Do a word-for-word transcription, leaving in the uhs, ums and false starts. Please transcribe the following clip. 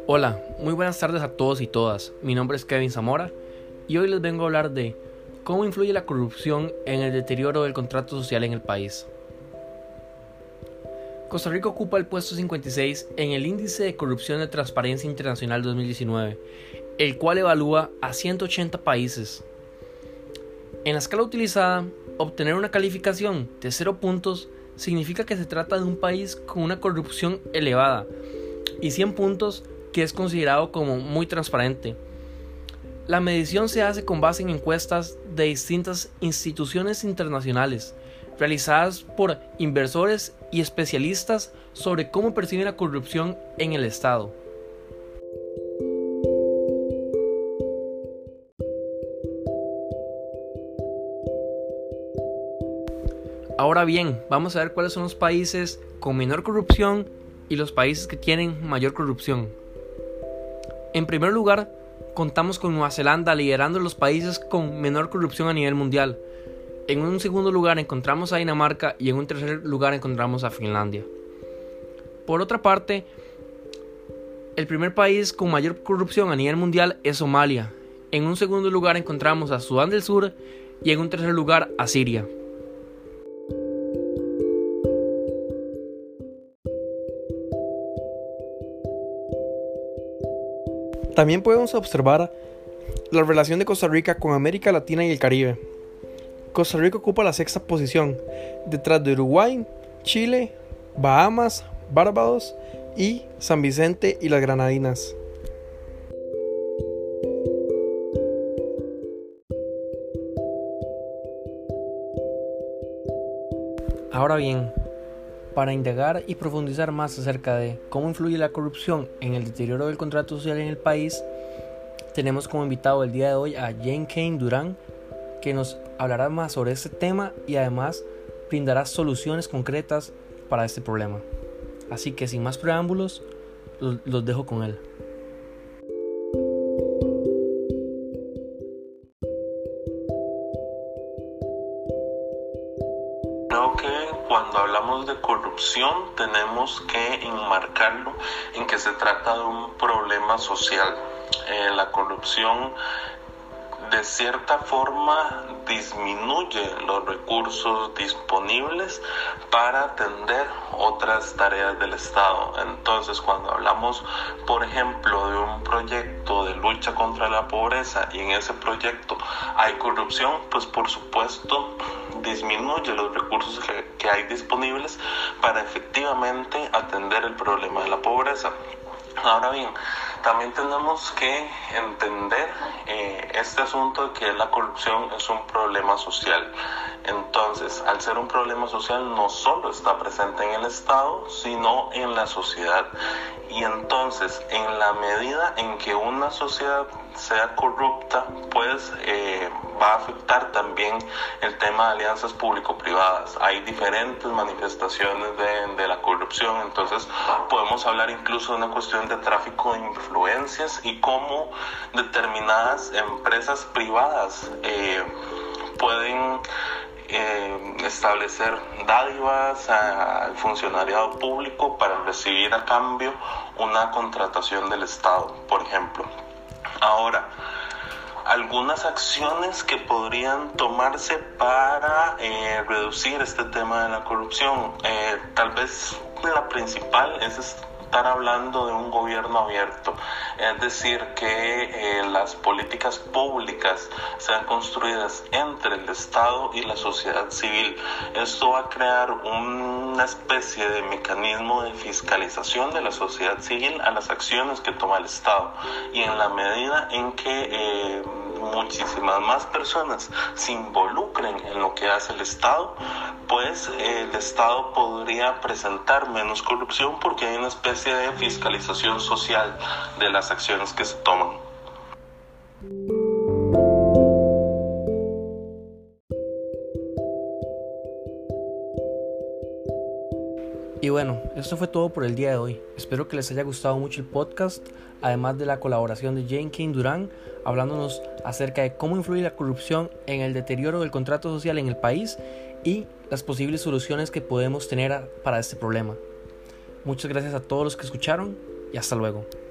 Hola, muy buenas tardes a todos y todas. Mi nombre es Kevin Zamora y hoy les vengo a hablar de cómo influye la corrupción en el deterioro del contrato social en el país. Costa Rica ocupa el puesto cincuenta y seis en el Índice de Corrupción de Transparencia Internacional dos mil diecinueve, el cual evalúa a ciento ochenta países. En la escala utilizada, obtener una calificación de cero puntos significa que se trata de un país con una corrupción elevada y cien puntos que es considerado como muy transparente. La medición se hace con base en encuestas de distintas instituciones internacionales realizadas por inversores y especialistas sobre cómo perciben la corrupción en el Estado. Ahora bien, vamos a ver cuáles son los países con menor corrupción y los países que tienen mayor corrupción. En primer lugar, contamos con Nueva Zelanda liderando los países con menor corrupción a nivel mundial. En un segundo lugar encontramos a Dinamarca y en un tercer lugar encontramos a Finlandia. Por otra parte, el primer país con mayor corrupción a nivel mundial es Somalia. En un segundo lugar encontramos a Sudán del Sur y en un tercer lugar a Siria. También podemos observar la relación de Costa Rica con América Latina y el Caribe. Costa Rica ocupa la sexta posición, detrás de Uruguay, Chile, Bahamas, Barbados y San Vicente y las Granadinas. Ahora bien, para indagar y profundizar más acerca de cómo influye la corrupción en el deterioro del contrato social en el país, tenemos como invitado el día de hoy a Jane Kane Durán, que nos hablará más sobre este tema y además brindará soluciones concretas para este problema. Así que sin más preámbulos, los, los dejo con él. Creo que cuando hablamos de corrupción tenemos que enmarcarlo en que se trata de un problema social. Eh, la corrupción de cierta forma disminuye los recursos disponibles para atender otras tareas del Estado. Entonces, cuando hablamos, por ejemplo, de un proyecto de lucha contra la pobreza y en ese proyecto hay corrupción, pues por supuesto disminuye los recursos que, que hay disponibles para efectivamente atender el problema de la pobreza. Ahora bien, también tenemos que entender eh, este asunto de que la corrupción es un problema social. Entonces, al ser un problema social, no solo está presente en el Estado, sino en la sociedad. Y entonces, en la medida en que una sociedad sea corrupta, pues eh, va a afectar también el tema de alianzas público-privadas. Hay diferentes manifestaciones de, de la corrupción, entonces podemos hablar incluso de una cuestión de tráfico de influencias y cómo determinadas empresas privadas eh, pueden Eh, establecer dádivas al funcionariado público para recibir a cambio una contratación del Estado, por ejemplo. Ahora, algunas acciones que podrían tomarse para eh, reducir este tema de la corrupción, eh, tal vez la principal es estar hablando de un gobierno abierto, es decir, que eh, las políticas públicas sean construidas entre el Estado y la sociedad civil. Esto va a crear una especie de mecanismo de fiscalización de la sociedad civil a las acciones que toma el Estado, y en la medida en que eh, muchísimas más personas se involucren en lo que hace el Estado, pues eh, el Estado podría presentar menos corrupción porque hay una especie de fiscalización social de las acciones que se toman. Y bueno, esto fue todo por el día de hoy. Espero que les haya gustado mucho el podcast, además de la colaboración de Jane Kane Durán, hablándonos acerca de cómo influye la corrupción en el deterioro del contrato social en el país y las posibles soluciones que podemos tener para este problema. Muchas gracias a todos los que escucharon y hasta luego.